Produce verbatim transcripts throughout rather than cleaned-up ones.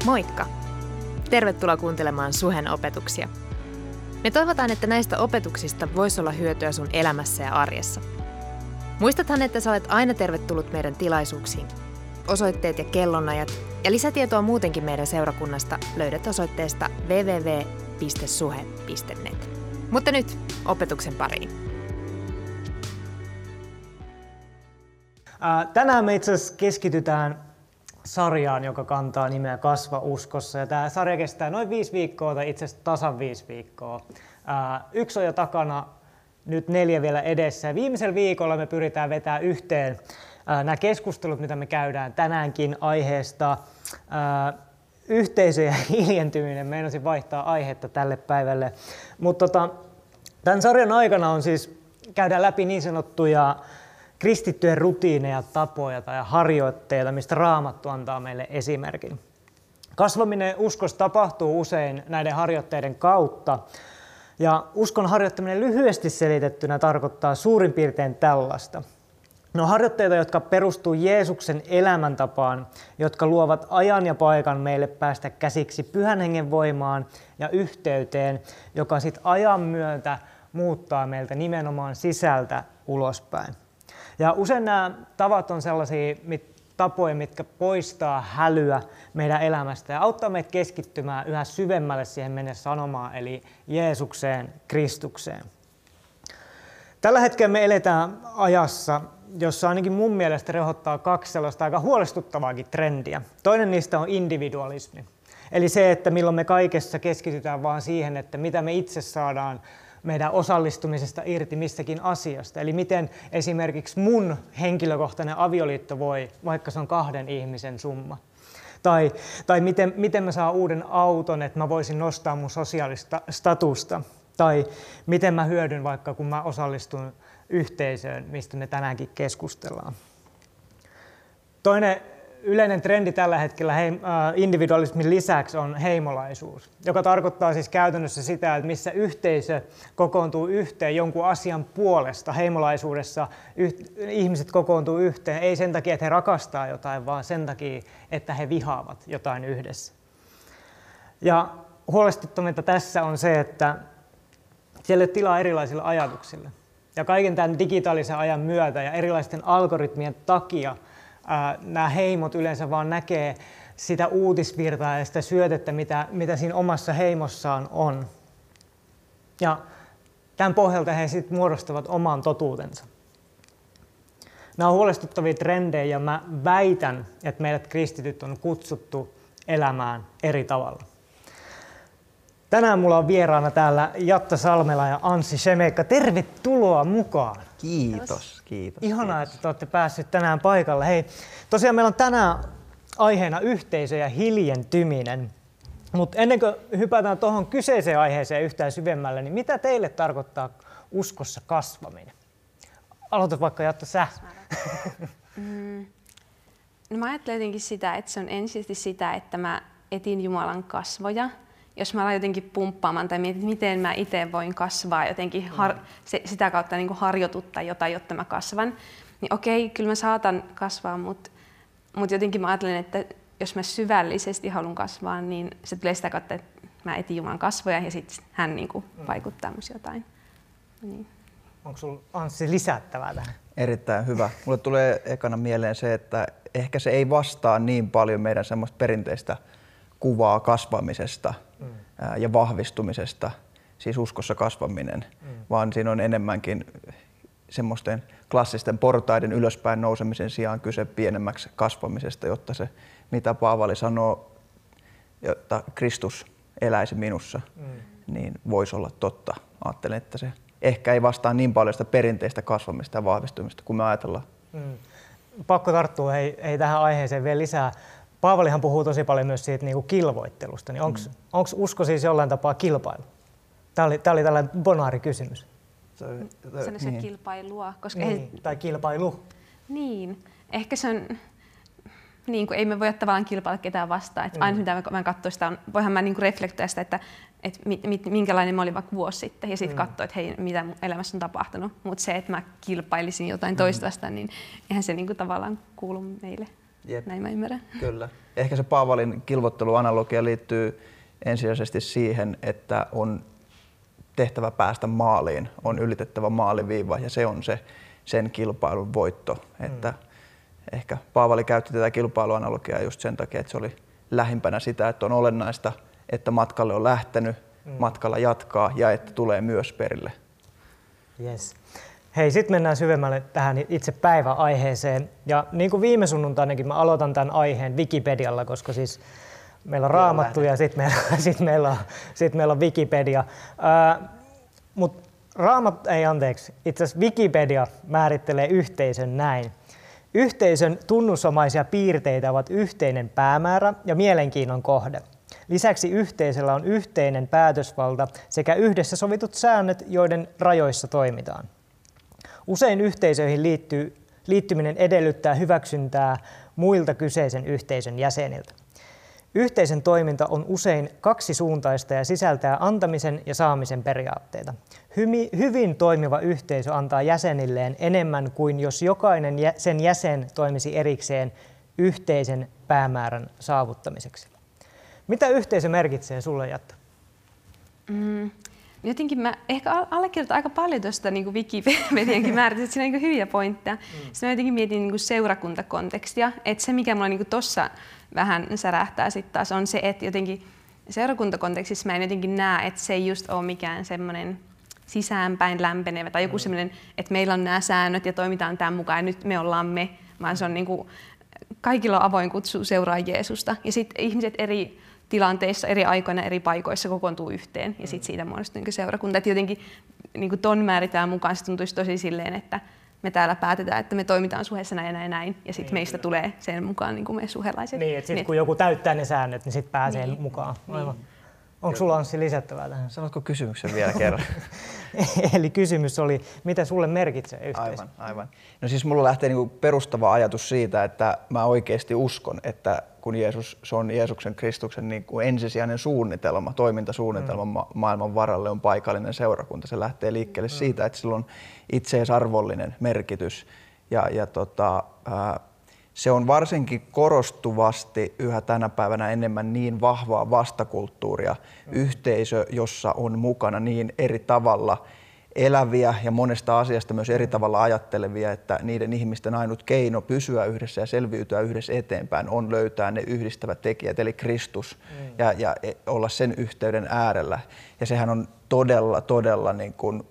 Moikka! Tervetuloa kuuntelemaan Suhen opetuksia. Me toivotaan, että näistä opetuksista voisi olla hyötyä sun elämässä ja arjessa. Muistathan, että sä olet aina tervetullut meidän tilaisuuksiin. Osoitteet ja kellonajat ja lisätietoa muutenkin meidän seurakunnasta löydät osoitteesta double-u double-u double-u piste suhe piste net. Mutta nyt opetuksen pariin. Tänään me itse asiassa keskitytään sarjaan, joka kantaa nimeä Kasva uskossa. Ja tämä sarja kestää noin viisi viikkoa tai itse asiassa tasan viisi viikkoa. Yksi on jo takana, nyt neljä vielä edessä. Ja viimeisellä viikolla me pyritään vetämään yhteen nämä keskustelut, mitä me käydään tänäänkin aiheesta. Yhteisö ja hiljentyminen. Meinasin vaihtaa aihetta tälle päivälle. Mutta tota, tämän sarjan aikana on siis, käydään läpi niin sanottuja kristittyjen rutiineja, tapoja tai harjoitteita, mistä Raamattu antaa meille esimerkin. Kasvaminen uskossa tapahtuu usein näiden harjoitteiden kautta. Ja uskon harjoittaminen lyhyesti selitettynä tarkoittaa suurin piirtein tällaista. Ne on harjoitteita, jotka perustuu Jeesuksen elämäntapaan, jotka luovat ajan ja paikan meille päästä käsiksi Pyhän Hengen voimaan ja yhteyteen, joka sit ajan myötä muuttaa meiltä nimenomaan sisältä ulospäin. Ja usein nämä tavat on sellaisia tapoja, mitkä poistaa hälyä meidän elämästä ja auttaa meitä keskittymään yhä syvemmälle siihen mennä sanomaan, eli Jeesukseen, Kristukseen. Tällä hetkellä me eletään ajassa, jossa ainakin mun mielestä rehottaa kaksi sellaista aika huolestuttavaakin trendiä. Toinen niistä on individualismi. Eli se, että milloin me kaikessa keskitytään vaan siihen, että mitä me itse saadaan meidän osallistumisesta irti mistäkin asiasta. Eli miten esimerkiksi mun henkilökohtainen avioliitto voi, vaikka se on kahden ihmisen summa. Tai, tai miten, miten mä saan uuden auton, että mä voisin nostaa mun sosiaalista statusta. Tai miten mä hyödyn vaikka, kun mä osallistun yhteisöön, mistä me tänäänkin keskustellaan. Toinen yleinen trendi tällä hetkellä individualismin lisäksi on heimolaisuus, joka tarkoittaa siis käytännössä sitä, että missä yhteisö kokoontuu yhteen jonkun asian puolesta. Heimolaisuudessa ihmiset kokoontuu yhteen, ei sen takia, että he rakastaa jotain, vaan sen takia, että he vihaavat jotain yhdessä. Ja huolestuttavinta tässä on se, että siellä ei ole tilaa erilaisille ajatuksille. Ja kaiken tämän digitaalisen ajan myötä ja erilaisten algoritmien takia ää, nämä heimot yleensä vaan näkee sitä uutisvirtaa ja sitä syötettä, mitä, mitä siinä omassa heimossaan on. Ja tämän pohjalta he sitten muodostavat oman totuutensa. Nämä on huolestuttavia trendejä ja mä väitän, että meidät kristityt on kutsuttu elämään eri tavalla. Tänään mulla on vieraana täällä Jatta Salmela ja Anssi Shemeikka. Tervetuloa mukaan. Kiitos, kiitos. Ihanaa, kiitos. että te olette päässeet tänään paikalle. Hei, tosiaan meillä on tänään aiheena yhteisö ja hiljentyminen. Mutta ennen kuin hypätään tuohon kyseiseen aiheeseen yhtään syvemmälle, niin mitä teille tarkoittaa uskossa kasvaminen? Aloitat vaikka Jatta sä. Mm. No mä ajattelen jotenkin sitä, että se on ensisijaisesti sitä, että mä etin Jumalan kasvoja. Jos mä alan jotenkin pumppaamaan tai mietin, miten mä itse voin kasvaa, jotenkin har- se, sitä kautta niin kuin harjoituttaa jotain, jotta mä kasvan, niin okei, kyllä mä saatan kasvaa, mutta mut jotenkin mä ajattelen, että jos mä syvällisesti haluan kasvaa, niin se tulee sitä kautta, että mä etin Jumalan kasvoja ja sitten hän niin kuin vaikuttaa musta jotain. Niin. Onko sulla, Anssi, lisättävää tähän? Erittäin hyvä. Mulle tulee ekana mieleen se, että ehkä se ei vastaa niin paljon meidän semmoista perinteistä kuvaa kasvamisesta mm. ja vahvistumisesta, siis uskossa kasvaminen, mm. vaan siinä on enemmänkin semmoisten klassisten portaiden ylöspäin nousemisen sijaan kyse pienemmäksi kasvamisesta, jotta se, mitä Paavali sanoo, jotta Kristus eläisi minussa, mm. niin voisi olla totta. Ajattelen, että se ehkä ei vastaa niin paljon sitä perinteistä kasvamista ja vahvistumista, kuin me ajatellaan. Mm. Pakko tarttua ei, ei tähän aiheeseen vielä lisää. Paavalihan puhuu tosi paljon myös siitä niin kuin kilvoittelusta. Niin onko mm. usko siis jollain tapaa kilpailu? Tämä oli, tämä oli tällainen bonaari kysymys. Sanoisiko niin. kilpailua? Koska niin, ei... Tai kilpailu. Niin. Ehkä se on... Niin kuin ei me voi tavallaan kilpailla ketään vastaan. Että mm. aina mitä mä katsoin sitä, on, voihan mä niin kuin reflektoida sitä, että, että mit, minkälainen mä olin vaikka vuosi sitten. Ja sitten mm. katsoa, että hei, mitä mun elämässä on tapahtunut. Mutta se, että mä kilpailisin jotain toista vastaan, niin eihän se niin kuin tavallaan kuulu meille. Jep. Näin mä ymmärrän. Kyllä. Ehkä se Paavalin kilvotteluanalogia liittyy ensisijaisesti siihen, että on tehtävä päästä maaliin, on ylitettävä maaliviiva ja se on se sen kilpailun voitto. Mm. Että ehkä Paavali käytti tätä kilpailuanalogiaa just sen takia, että se oli lähimpänä sitä, että on olennaista, että matkalle on lähtenyt, mm. matkalla jatkaa ja että tulee myös perille. Yes. Hei, sitten mennään syvemmälle tähän itse päiväaiheeseen. Ja niin kuin viime sunnuntainakin mä aloitan tämän aiheen Wikipedialla, koska siis meillä on Raamattu ja sitten meillä, sit meillä, on, sit meillä on Wikipedia. Ää, mut Raamat, ei anteeksi, itse asiassa Wikipedia määrittelee yhteisön näin. Yhteisön tunnusomaisia piirteitä ovat yhteinen päämäärä ja mielenkiinnon kohde. Lisäksi yhteisöllä on yhteinen päätösvalta sekä yhdessä sovitut säännöt, joiden rajoissa toimitaan. Usein yhteisöihin liittyy, liittyminen edellyttää hyväksyntää muilta kyseisen yhteisön jäseniltä. Yhteisön toiminta on usein kaksisuuntaista ja sisältää antamisen ja saamisen periaatteita. Hyvin toimiva yhteisö antaa jäsenilleen enemmän kuin jos jokainen sen jäsen toimisi erikseen yhteisen päämäärän saavuttamiseksi. Mitä yhteisö merkitsee sulle, Jatta? Mm, jotenkin mä ehkä allekirjoitan aika paljon tuosta niin Wikipediankin määritelmästä, siinä on niin hyviä pointteja. Mm. Sitten mä jotenkin mietin niin seurakuntakontekstia, että se mikä mulla niin tuossa vähän särähtää sitten taas on se, että jotenkin seurakuntakontekstissa mä en jotenkin näe, että se ei just ole mikään semmoinen sisäänpäin lämpenevä tai joku mm. semmoinen, että meillä on nämä säännöt ja toimitaan tämän mukaan ja nyt me ollaan me, vaan se on niin kuin, kaikilla on avoin kutsu seuraa Jeesusta ja sitten ihmiset eri tilanteissa, eri aikoina, eri paikoissa kokoontuu yhteen ja sitten siitä muodostuu niin seurakunta. Et jotenkin niin ton määritään mukaan se tuntuisi tosi silleen, että me täällä päätetään, että me toimitaan suheessa näin ja näin, näin ja sitten niin, meistä kyllä. tulee sen mukaan niin kuin me suhelaiset. Niin, että sitten kun joku täyttää ne säännöt, niin sitten pääsee niin, mukaan. Aivan. Niin. Onko sulla Anssi lisättävää tähän? Sanotko kysymyksen vielä kerran? Eli kysymys oli, mitä sulle merkitsee yhteisö? Aivan, aivan. No siis mulla lähtee niinku perustava ajatus siitä, että mä oikeasti uskon, että kun Jeesus, se on Jeesuksen Kristuksen niinku ensisijainen suunnitelma, toimintasuunnitelma mm. ma- maailman varalle on paikallinen seurakunta. Se lähtee liikkeelle mm. siitä, että sillä on itseisarvollinen merkitys ja, ja tota, ää, se on varsinkin korostuvasti yhä tänä päivänä enemmän niin vahvaa vastakulttuuria, mm. yhteisö, jossa on mukana niin eri tavalla eläviä ja monesta asiasta myös eri tavalla ajattelevia, että niiden ihmisten ainut keino pysyä yhdessä ja selviytyä yhdessä eteenpäin on löytää ne yhdistävät tekijät, eli Kristus, mm. ja, ja olla sen yhteyden äärellä. Ja sehän on todella, todella niin kuin,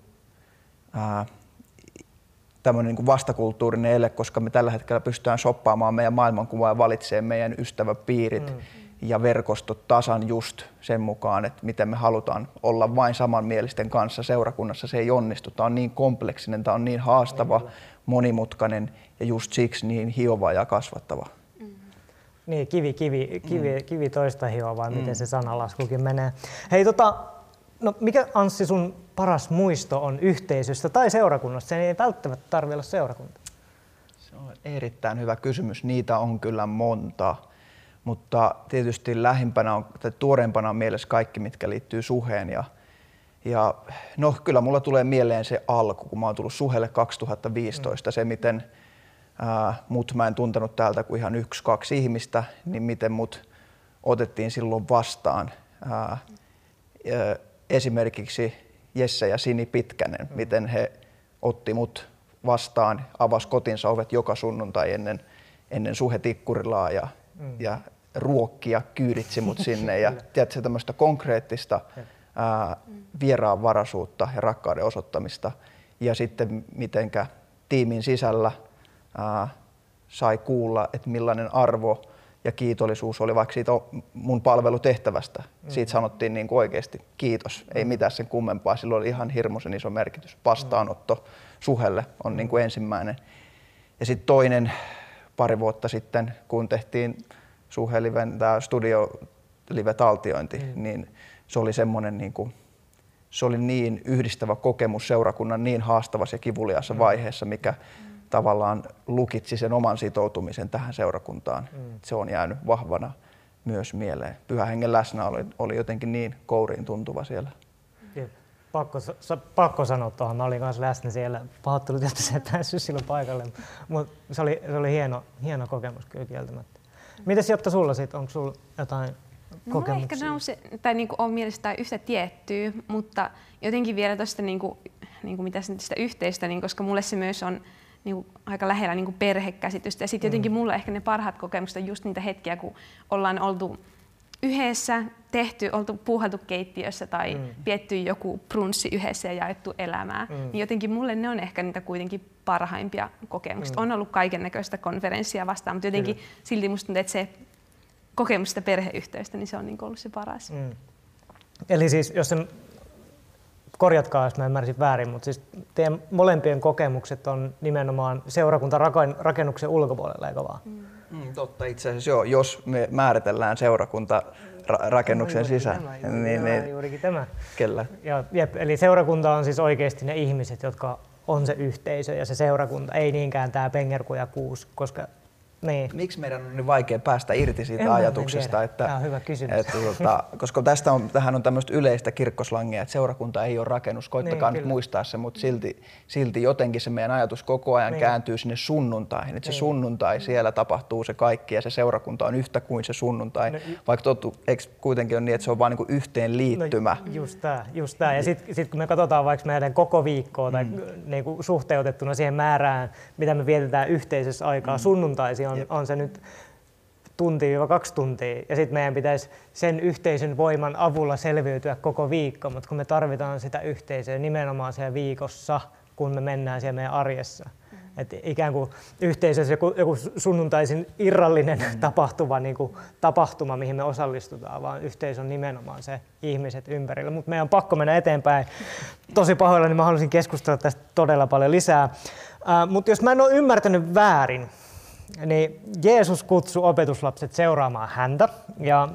ää, tämmöinen niin kuin vastakulttuurinen ele, koska me tällä hetkellä pystytään shoppaamaan meidän maailmankuvaa ja valitsemaan meidän ystäväpiirit mm. ja verkostot tasan just sen mukaan, että miten me halutaan olla vain samanmielisten kanssa seurakunnassa. Se ei onnistu. Tämä on niin kompleksinen, tämä on niin haastava, mm. monimutkainen ja just siksi niin hiova ja kasvattava. Mm. Niin, kivi, kivi, kivi, mm. kivi toista hioa, vai mm. miten se sanalaskukin menee. Hei, tota, no mikä Anssi sun paras muisto on yhteisöstä tai seurakunnasta? Se ei välttämättä tarvitse olla seurakunta. Se on erittäin hyvä kysymys. Niitä on kyllä monta, mutta tietysti lähimpänä on, tai tuoreempana on mielessä kaikki, mitkä liittyy Suheen. Ja, ja no kyllä mulla tulee mieleen se alku, kun mä oon tullut Suhelle kaksituhattaviisitoista. Mm. Se, miten ää, mut mä en tuntenut täältä kuin ihan yksi, kaksi ihmistä, niin miten mut otettiin silloin vastaan. Ää, ää, esimerkiksi Jesse ja Sini Pitkänen, mm. miten he otti mut vastaan, avasi kotinsa ovet joka sunnuntai ennen, ennen Suhe-tikkurilaa ja, mm. ja ruokkia kyyditsi mut sinne. Ja tiedätkö, tämmöistä konkreettista ää, vieraanvaraisuutta ja rakkauden osoittamista. Ja sitten mitenkä tiimin sisällä ää, sai kuulla, että millainen arvo ja kiitollisuus oli vaikka siitä mun palvelutehtävästä. Mm. Siitä sanottiin niin kuin oikeasti kiitos, ei mitään sen kummempaa. Sillä oli ihan hirmuisen iso merkitys. Vastaanotto Suhelle on niin kuin ensimmäinen. Ja sitten toinen pari vuotta sitten, kun tehtiin Suhe-liven, tämä studio-live-taltiointi, mm. niin se oli semmoinen niin kuin, se oli niin yhdistävä kokemus seurakunnan niin haastavassa ja kivuliaassa mm. vaiheessa, mikä mm. tavallaan lukitsi sen oman sitoutumisen tähän seurakuntaan. Mm. Se on jäänyt vahvana myös mieleen. Pyhän Hengen läsnä oli, oli jotenkin niin kouriin tuntuva siellä. Jep. pakko, pakko sanoa tuohon. Mä olin kanssa läsnä siellä. Pahoittelut, että sä et päässyt silloin paikalle. Mutta se oli, se oli hieno, hieno kokemus kyllä kieltämättä. Mites Jotta sulla sit? Onko sulla jotain no, kokemuksia? Ehkä nouse, tai niinku on mielestäni yhtä tiettyä, mutta jotenkin vielä tuosta niinku, niinku mitä sitä yhteistä, niin koska mulle se myös on niinku aika lähellä niinku perhekäsitystä. Ja sitten jotenkin mm. mulle ehkä ne parhaat kokemukset on just niitä hetkiä, kun ollaan oltu yhdessä, tehty, oltu puuhaltu keittiössä tai mm. pietty joku brunssi yhdessä ja jaettu elämää. Mm. Niin jotenkin mulle ne on ehkä niitä kuitenkin parhaimpia kokemuksia. Mm. On ollut kaiken näköistä konferenssia vastaan, mutta jotenkin Kyllä. silti musta tuntuu, että se kokemus sitä perheyhteystä, niin se on niin ollut se paras. Mm. Eli siis, jos sen, korjatkaa, jos mä ymmärsin väärin, mutta siis teidän molempien kokemukset on nimenomaan seurakuntarakennuksen ulkopuolella, eikö vaan? Mm. Mm, totta, itse asiassa joo, jos me määritellään seurakunta ra- rakennuksen sisään. Tämä, juuri, niin, tämä, niin, juurikin tämä. Kyllä. Ja, jep, eli seurakunta on siis oikeasti ne ihmiset, jotka on se yhteisö ja se seurakunta, ei niinkään tämä pengerku ja kuusi, koska niin. Miksi meidän on niin vaikea päästä irti siitä en ajatuksesta, että, tämä on hyvä kysymys. Että, tuota, koska tästä on, tähän on tämmöistä yleistä kirkkoslangia, että seurakunta ei ole rakennus, koittakaa niin, nyt kyllä. muistaa se, mutta silti, silti jotenkin se meidän ajatus koko ajan niin. kääntyy sinne sunnuntaihin, että niin. se sunnuntai, siellä tapahtuu se kaikki ja se seurakunta on yhtä kuin se sunnuntai, no, vaikka totu, eikö kuitenkin on niin, että se on vaan niin kuin yhteen liittymä. No, just tämä, just tämä. Ja sitten sit kun me katsotaan vaikka meidän koko viikkoa tai mm. niin kuin suhteutettuna siihen määrään, mitä me vietetään yhteisessä aikaa, mm. sunnuntaisi on, on se nyt tuntia kaksi tuntia ja sitten meidän pitäisi sen yhteisön voiman avulla selviytyä koko viikko, mutta kun me tarvitaan sitä yhteisöä nimenomaan siellä viikossa, kun me mennään siellä meidän arjessa. Mm. Et ikään kuin yhteisössä joku, joku sunnuntaisin irrallinen mm. tapahtuma, niin kuin tapahtuma, mihin me osallistutaan, vaan yhteisö on nimenomaan se ihmiset ympärillä. Mutta meidän on pakko mennä eteenpäin. Tosi pahoilla, niin mä haluaisin keskustella tästä todella paljon lisää. Uh, mutta jos mä en ole ymmärtänyt väärin, niin Jeesus kutsui opetuslapset seuraamaan häntä ja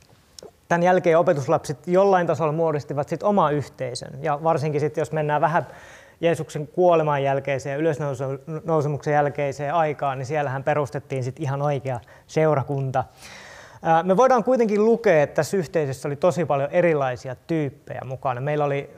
tämän jälkeen opetuslapset jollain tasolla muodostivat sit oman yhteisön. Ja varsinkin sit, jos mennään vähän Jeesuksen kuoleman jälkeiseen ja ylösnousemuksen jälkeiseen aikaan, niin siellähän perustettiin sit ihan oikea seurakunta. Me voidaan kuitenkin lukea, että tässä yhteisössä oli tosi paljon erilaisia tyyppejä mukana. Meillä oli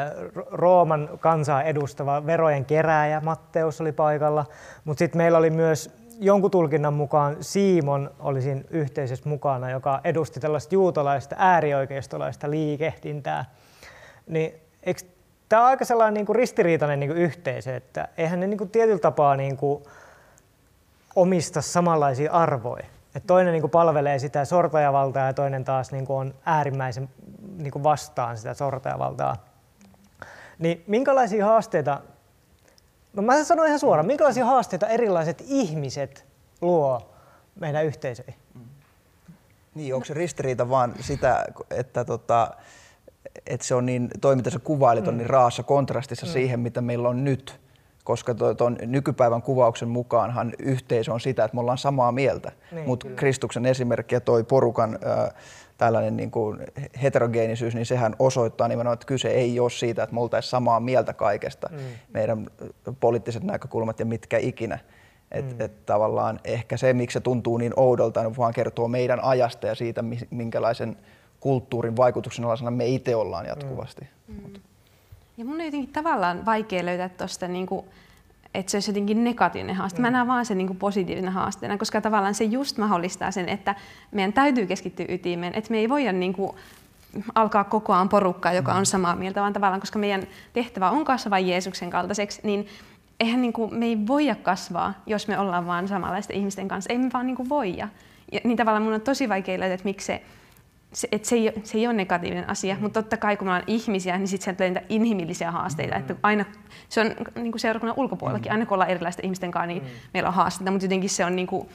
Rooman kansaa edustava verojen kerääjä, Matteus oli paikalla, mutta sitten meillä oli myös jonkun tulkinnan mukaan Simon oli siinä yhteisössä mukana, joka edusti tällaista juutalaista äärioikeistolaista liikehdintää. Niin, eikö tämä on aika sellainen niin kuin ristiriitainen niin kuin yhteisö, että eihän ne niin kuin tietyllä tapaa niin kuin omista samanlaisia arvoja. Et toinen niin kuin palvelee sitä sortajavaltaa ja toinen taas niin kuin on äärimmäisen niin kuin vastaan sitä sortajavaltaa. Niin minkälaisia haasteita, no mä sanon ihan suoraan, minkälaisia haasteita erilaiset ihmiset luo meidän yhteisöihin? Niin, onko se ristiriita vaan sitä, että, tota, että se on niin, toiminta sä kuvailit, on niin raassa kontrastissa mm. siihen, mitä meillä on nyt? Koska tuon nykypäivän kuvauksen mukaanhan yhteisö on sitä, että me ollaan samaa mieltä, niin, mutta Kristuksen esimerkki ja toi porukan äh, tällainen niin kuin heterogeenisyys, niin sehän osoittaa nimenomaan, että kyse ei ole siitä, että me oltaisiin samaa mieltä kaikesta, mm. meidän poliittiset näkökulmat ja mitkä ikinä. Että mm. et tavallaan ehkä se, miksi se tuntuu niin oudolta, niin vaan kertoo meidän ajasta ja siitä, minkälaisen kulttuurin vaikutuksen alaisena me itse ollaan jatkuvasti. Mm. Ja mun on jotenkin tavallaan vaikea löytää tuosta, niinku, että se olisi jotenkin negatiivinen haaste. Mä näen vaan sen niinku positiivinen haasteena, koska tavallaan se just mahdollistaa sen, että meidän täytyy keskittyä ytimeen, että me ei voida niinku alkaa kokoaan porukkaa, joka on samaa mieltä, vaan tavallaan, koska meidän tehtävä on kasvaa Jeesuksen kaltaiseksi, niin eihän niinku, me ei voida kasvaa, jos me ollaan vaan samanlaisten ihmisten kanssa. Ei me vaan niinku voida. Ja niin tavallaan mun on tosi vaikea löytää, että miksi se Se, et se, ei, se ei ole negatiivinen asia, mm. mutta totta kai kun me ollaan ihmisiä, niin sitten sieltä tulee inhimillisiä haasteita. Mm. Että aina, se on niin kuin seurakunnan ulkopuolellakin, mm. aina kun ollaan erilaisten ihmisten kanssa, niin mm. meillä on haasteita, mutta jotenkin se, on, niin kuin,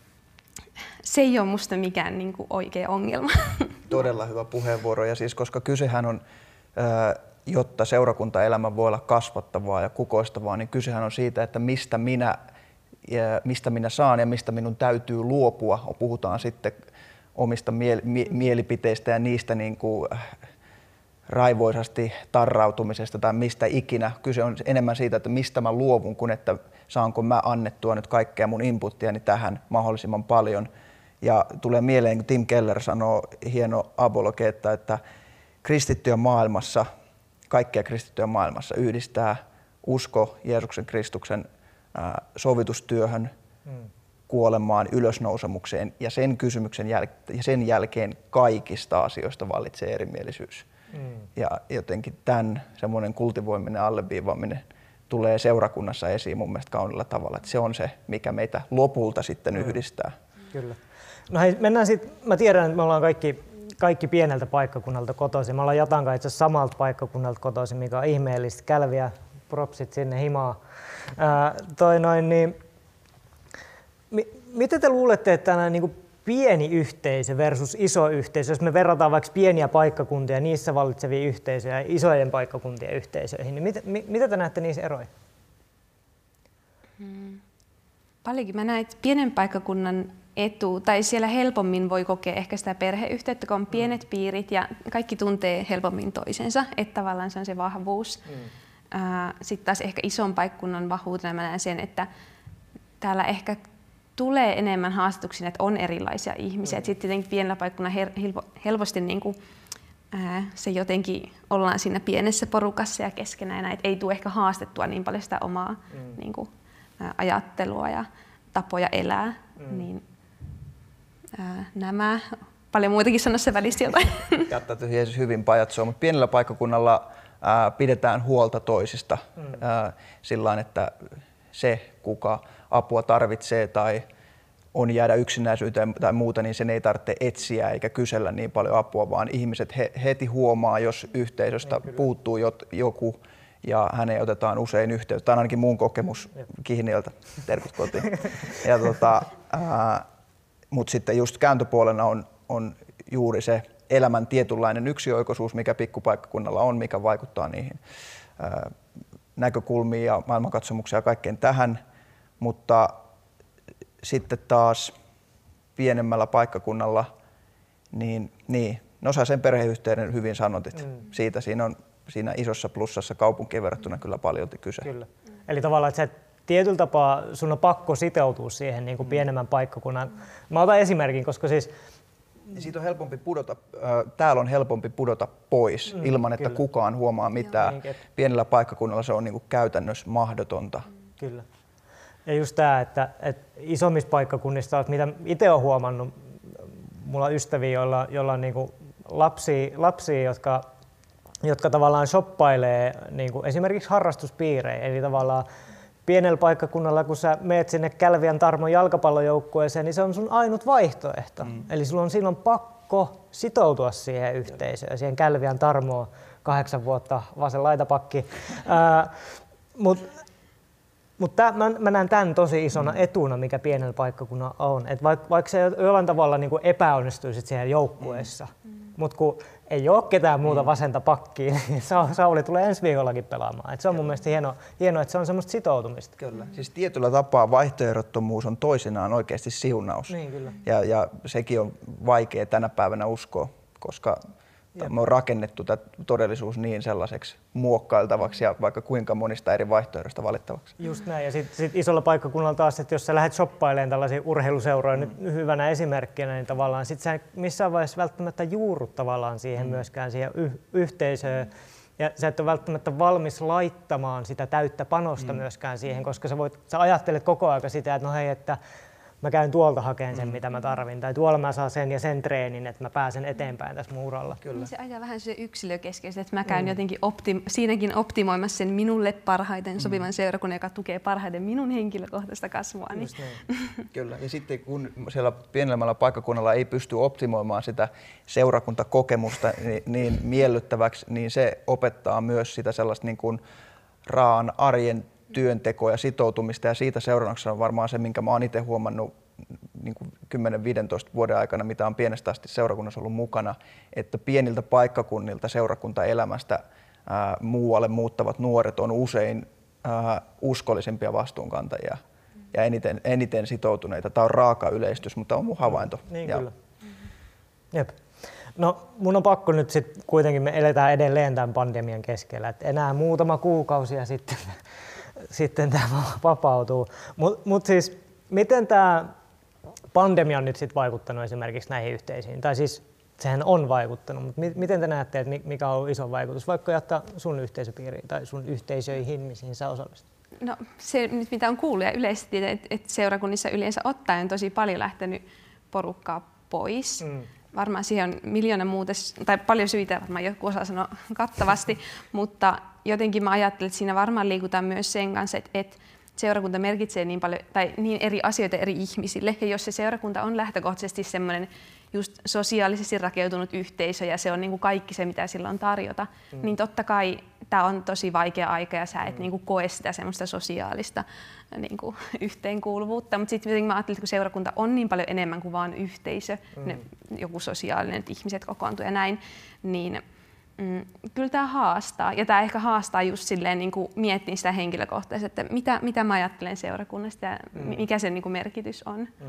se ei ole musta mikään niin kuin oikea ongelma. Todella hyvä puheenvuoro, ja siis koska kysehän on, jotta seurakuntaelämä voi olla kasvattavaa ja kukoistavaa, niin kysehän on siitä, että mistä minä, mistä minä saan ja mistä minun täytyy luopua, puhutaan sitten omista miel- mie- mielipiteistä ja niistä niin kuin raivoisasti tarrautumisesta tai mistä ikinä. Kyse on enemmän siitä, että mistä mä luovun, kuin että saanko mä annettua nyt kaikkea mun inputtiani tähän mahdollisimman paljon. Ja tulee mieleen, kun Tim Keller sanoo hieno apologeetta, että kristittyjä maailmassa kaikkia kristittyjä maailmassa, yhdistää usko Jeesuksen Kristuksen ää, sovitustyöhön, mm. kuolemaan, ylösnousemukseen ja sen kysymyksen jäl- ja sen jälkeen kaikista asioista vallitsee erimielisyys. Mm. Ja jotenkin tämän semmoinen kultivoiminen, alleviivaaminen tulee seurakunnassa esiin mun mielestä kaunilla tavalla, että se on se, mikä meitä lopulta sitten mm. yhdistää. Kyllä. No hei, mennään sitten, mä tiedän, että me ollaan kaikki, kaikki pieneltä paikkakunnalta kotoisin. Me ollaan Jatankaan itse asiassa samalta paikkakunnalta kotoisin, mikä on ihmeellistä. Kälviä, propsit sinne himaa. Ää, toi noin, niin, mi, miten te luulette, että tällainen niin kuin pieni yhteisö versus iso yhteisö, jos me verrataan vaikka pieniä paikkakuntia, niissä vallitsevia yhteisöjä ja isojen paikkakuntien yhteisöihin, niin mit, mit, mitä te näette niissä eroja? Hmm. Paljonkin mä näen, että pienen paikkakunnan etu, tai siellä helpommin voi kokea ehkä sitä perheyhteyttä, kun on pienet piirit ja kaikki tuntee helpommin toisensa, että tavallaan se on se vahvuus. Mm. Sitten taas ehkä ison paikkakunnan vahvuutena mä näen sen, että täällä ehkä tulee enemmän haastatuksia, että on erilaisia ihmisiä. Mm. Sitten tietenkin pienellä paikkakunnalla helposti niin kuin, ää, se jotenkin ollaan siinä pienessä porukassa ja keskenään, että ei tule ehkä haastettua niin paljon sitä omaa mm. niin kuin, ää, ajattelua ja tapoja elää. Mm. Niin, ää, nämä, paljon muitakin sanoa se välistä jotain. Jättäytyy Jeesus hyvin pajatsoa, mutta pienellä paikkakunnalla ää, pidetään huolta toisista mm. ää, sillain, että se, kuka apua tarvitsee tai on jäädä yksinäisyyteen tai muuta, niin sen ei tarvitse etsiä eikä kysellä niin paljon apua, vaan ihmiset he, heti huomaa, jos yhteisöstä niin, puuttuu jot, joku ja häneen otetaan usein yhteyttä. Tämä on ainakin mun kokemus Kihniöltä, terkut kotiin. Ja tota, mutta sitten just kääntöpuolena on, on juuri se elämän tietynlainen yksioikoisuus, mikä pikkupaikkakunnalla on, mikä vaikuttaa niihin ää, näkökulmiin ja maailmankatsomuksia ja kaikkeen tähän, mutta sitten taas pienemmällä paikkakunnalla, niin, niin no sä sen perheyhteyden hyvin sanotit. Mm. Siitä siinä on siinä isossa plussassa kaupunkiin verrattuna kyllä paljon kyse. Kyllä. Eli tavallaan, että sä tietyllä tapaa sun on pakko sitoutua siihen niin kuin pienemmän paikkakunnan. Mä otan esimerkin, koska siis siitä on helpompi pudota, täällä on helpompi pudota pois mm, ilman, että kyllä. kukaan huomaa mitään. Niin, pienellä paikkakunnalla se on niin kuin käytännössä mahdotonta. Kyllä. Ja just tämä, että, että isommissa paikkakunnissa, mitä itse olen huomannut, mulla on ystäviä, joilla, joilla on niin kuin lapsia, lapsia, jotka, jotka tavallaan shoppailee niin kuin esimerkiksi harrastuspiirejä. Eli tavallaan pienellä paikkakunnalla, kun sä meet sinne Kälviän Tarmon jalkapallojoukkueeseen, niin se on sun ainut vaihtoehto. Mm. Eli sulla on silloin pakko sitoutua siihen yhteisöön, siihen Kälviän Tarmoon, kahdeksan vuotta vasen laitapakki. äh, Mutta mut mä, mä näen tämän tosi isona mm. etuna, mikä pienellä paikkakunnalla on. Et vaikka vaik se jollain tavalla niin epäonnistuisit siellä joukkueessa, mm. mutta kun ei ole ketään muuta mm. vasenta pakkia, niin Sauli tulee ensi viikollakin pelaamaan. Et se on mun mielestä hienoa, hieno, että se on semmoista sitoutumista. Kyllä. Siis tietyllä tapaa vaihtoehdottomuus on toisinaan oikeasti siunaus. Niin, kyllä. Ja, ja sekin on vaikea tänä päivänä uskoa, koska Jep. me on rakennettu tämä todellisuus niin sellaiseksi muokkailtavaksi ja vaikka kuinka monista eri vaihtoehdoista valittavaksi. Just näin. Ja sitten sit isolla paikkakunnalla taas, että jos sä lähdet shoppailemaan tällaisia urheiluseuroja mm. nyt hyvänä esimerkkinä, niin tavallaan sit sä missään vaiheessa välttämättä juurrut tavallaan siihen mm. myöskään siihen y- yhteisöön. Ja sä et ole välttämättä valmis laittamaan sitä täyttä panosta mm. myöskään siihen, koska sä, voit, sä ajattelet koko ajan sitä, että no hei, että mä käyn tuolta hakemaan sen, mm. mitä mä tarvin, tai tuolla mä saan sen ja sen treenin, että mä pääsen eteenpäin tässä mun uralla. Kyllä. Niin se ajaa vähän se yksilökeskeistä, että mä käyn mm. jotenkin optim- siinäkin optimoimassa sen minulle parhaiten sopivan mm. seurakunnan, joka tukee parhaiten minun henkilökohtaista kasvua. Niin. Kyllä, ja sitten kun siellä pienemmällä paikkakunnalla ei pysty optimoimaan sitä seurakuntakokemusta niin, niin miellyttäväksi, niin se opettaa myös sitä sellaista niin kuin raan arjen työntekoa ja sitoutumista, ja siitä seurauksena on varmaan se, minkä mä oon itse huomannut niin kuin kymmenen viisitoista vuoden aikana, mitä on pienestä asti seurakunnassa ollut mukana, että pieniltä paikkakunnilta seurakuntaelämästä ää, muualle muuttavat nuoret on usein ää, uskollisempia vastuunkantajia ja eniten, eniten sitoutuneita. Tämä on raaka yleistys, mutta on mun havainto. Niin ja kyllä. Jep. No mun on pakko nyt sit kuitenkin, me eletään edelleen tämän pandemian keskellä, että enää muutama kuukausi ja sitten sitten tämä vapautuu. Mutta mut siis, miten tämä pandemia on nyt sit vaikuttanut esimerkiksi näihin yhteisiin? Tai siis sehän on vaikuttanut, mutta miten te näette, että mikä on ollut iso vaikutus, vaikka jättää sun yhteisöpiiriin tai sun yhteisöihin, mihin sä osallistut? No se nyt mitä on kuullut ja yleisesti, että et seurakunnissa yleensä ottaen on tosi paljon lähtenyt porukkaa pois. Mm. Varmaan siihen on miljoona muuta, tai paljon syitä, varmaan joku osaa sanoa kattavasti, mutta jotenkin mä ajattelen, että siinä varmaan liikutaan myös sen kanssa, että, että seurakunta merkitsee niin paljon tai niin eri asioita eri ihmisille, ja jos se seurakunta on lähtökohtaisesti semmoinen just sosiaalisesti rakeutunut yhteisö ja se on niin kuin kaikki se, mitä sillä on tarjota, mm. niin totta kai tämä on tosi vaikea aika ja sä et mm. niin kuin koe sitä semmoista sosiaalista niin kuin yhteenkuuluvuutta, mutta sitten mä ajattelin, että kun seurakunta on niin paljon enemmän kuin vain yhteisö, mm. ne, joku sosiaalinen, että ihmiset kokoontuu ja näin, niin mm, kyllä tämä haastaa ja tämä ehkä haastaa just silleen niin kuin miettiä sitä henkilökohtaisesti, että mitä, mitä mä ajattelen seurakunnasta ja mm. mikä sen niin kuin merkitys on. Mm.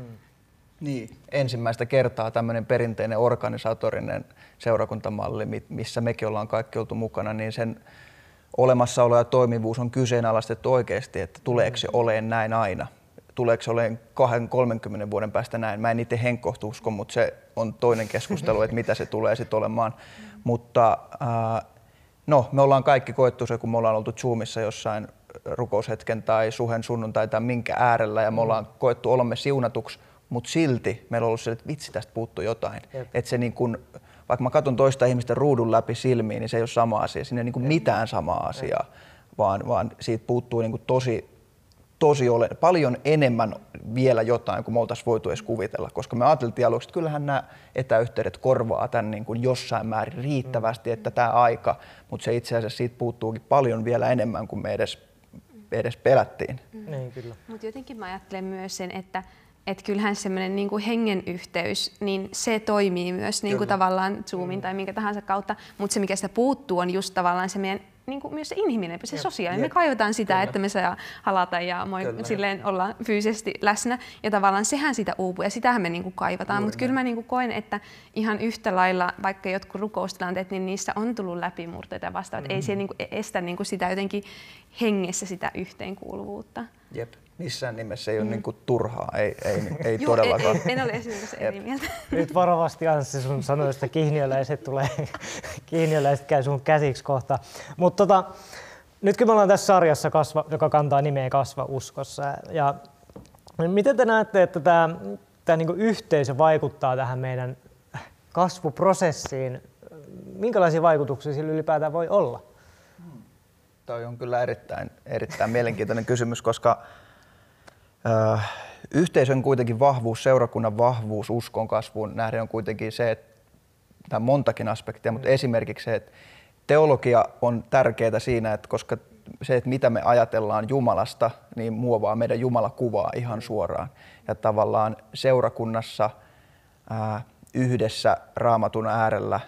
Niin, ensimmäistä kertaa tämmöinen perinteinen organisatorinen seurakuntamalli, missä mekin ollaan kaikki oltu mukana, niin sen olemassaolo ja toimivuus on kyseenalaistettu oikeasti, että tuleeko se oleen näin aina. Tuleeko se oleen kaksikymmentä kolmekymmentä vuoden päästä näin. Mä en itse henkkohtu usko, mutta se on toinen keskustelu, että mitä se tulee sitten olemaan. Mutta äh, no, me ollaan kaikki koettu se, kun me ollaan oltu Zoomissa jossain rukoushetken tai suhen sunnuntai tai minkä äärellä ja me ollaan koettu olomme siunatuksi. Mutta silti meillä on ollut se, että vitsi, tästä puuttuu jotain. Että se niin kun, vaikka mä katson toista ihmistä ruudun läpi silmiin, niin se ei ole sama asia. Siinä ei niin kun mitään samaa asiaa, vaan, vaan siitä puuttuu niin kun tosi, tosi ole, paljon enemmän vielä jotain kuin me oltaisiin voitu edes kuvitella. Koska me ajateltiin aluksi, että kyllähän nämä etäyhteydet korvaa tämän niin kun jossain määrin riittävästi, että tämä aika. Mutta se itse asiassa siitä puuttuukin paljon vielä enemmän kuin me edes, edes pelättiin. Mm. Mutta jotenkin mä ajattelen myös sen, että että kyllähän semmoinen niin kuin hengen yhteys, niin se toimii myös niin kuin tavallaan Zoomin tai minkä tahansa kautta, mutta se mikä sitä puuttuu on just tavallaan se meidän niin kuin myös se inhimillinen, se sosiaalinen. Me kaivataan sitä, Kyllä. että me saa halata ja moi, silleen olla fyysisesti läsnä ja tavallaan sehän sitä uupuu ja sitähän me niin kuin kaivataan, mutta kyllä mä niin kuin koen, että ihan yhtä lailla vaikka jotkut rukoustilanteet, niin niissä on tullut läpimurteita vastaavat. Mm-hmm. Ei se niin kuin estä niin kuin sitä jotenkin hengessä sitä yhteenkuuluvuutta. Jep. Missään nimessä ei ole mm. niinku turhaa, ei, ei, ei Joo, todellakaan. En, en ole esimerkiksi eri mieltä. Nyt varovasti Anssi sun sanoista kihniöläiset tulee, kihniöläiset käy sun käsiksi kohta. Mutta tota, nyt kun me ollaan tässä sarjassa, kasva, joka kantaa nimeä Kasva uskossa, ja miten te näette, että tämä, tämä niinku yhteisö vaikuttaa tähän meidän kasvuprosessiin? Minkälaisia vaikutuksia sillä ylipäätään voi olla? Tämä on kyllä erittäin, erittäin mielenkiintoinen kysymys, koska Ö, yhteisön kuitenkin vahvuus, seurakunnan vahvuus uskon kasvuun nähden on kuitenkin se, että tämä on montakin aspektia, mutta esimerkiksi se, että teologia on tärkeää siinä, että koska se, että mitä me ajatellaan Jumalasta, niin muovaa meidän Jumalakuvaa ihan suoraan. Ja tavallaan seurakunnassa ää, yhdessä Raamatun äärellä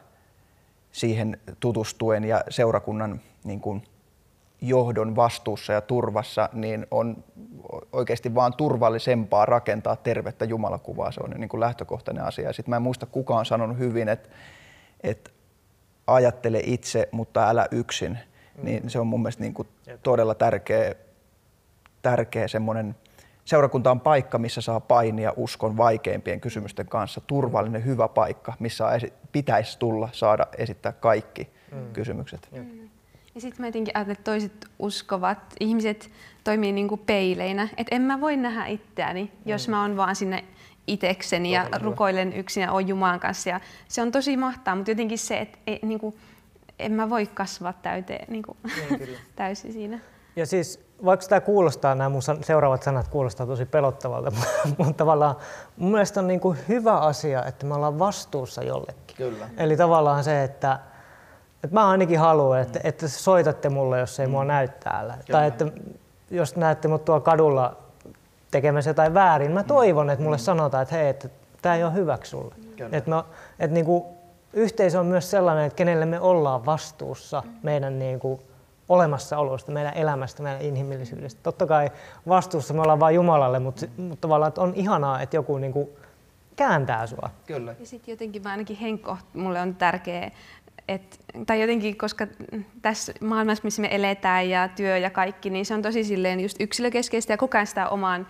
siihen tutustuen ja seurakunnan niin kuin, johdon vastuussa ja turvassa, niin on oikeasti vaan turvallisempaa rakentaa tervettä Jumalakuvaa. Se on niin kuin lähtökohtainen asia. Sitten mä en muista, kuka on sanonut hyvin, että, että ajattele itse, mutta älä yksin. Mm. Niin se on mun mielestä niin kuin todella tärkeä, tärkeä semmoinen. Seurakunta on paikka, missä saa painia uskon vaikeimpien kysymysten kanssa. Turvallinen, hyvä paikka, missä pitäisi tulla saada esittää kaikki mm. kysymykset. Mm. Ja sitten mä jotenkin ajattelen, että toiset uskovat ihmiset toimii niin kuin peileinä. Että en mä voi nähdä itseäni, mm. jos mä oon vaan sinne itekseni ja rukoilen yksin ja oon Jumalan kanssa. Ja se on tosi mahtavaa, mutta jotenkin se, että ei, niin kuin, en mä voi kasvaa täyteen niin kuin, täysin siinä. Ja siis vaikka tämä kuulostaa, nämä mun seuraavat sanat kuulostaa tosi pelottavalta, mutta tavallaan mun mielestä on niin kuin hyvä asia, että me ollaan vastuussa jollekin. Kyllä. Eli tavallaan se, että Et mä ainakin haluan, että, että soitatte mulle, jos ei mm. mua näy täällä. Kyllä. Tai että jos näette mut tuolla kadulla tekemässä jotain väärin, mä toivon, että mulle mm. sanotaan, että hei, että tää ei ole hyväksi sulle. Että me, että niinku, yhteisö on myös sellainen, että kenelle me ollaan vastuussa mm. meidän niinku, olemassaolosta, meidän elämästä, meidän inhimillisyydestä. Totta kai vastuussa me ollaan vain Jumalalle, mutta, mm. mutta tavallaan että on ihanaa, että joku niinku, kääntää sua. Kyllä. Ja sitten jotenkin ainakin henkkoht mulle on tärkeä. Et, tai jotenkin, koska tässä maailmassa, missä me eletään ja työ ja kaikki, niin se on tosi silleen just yksilökeskeistä ja koko ajan sitä oman,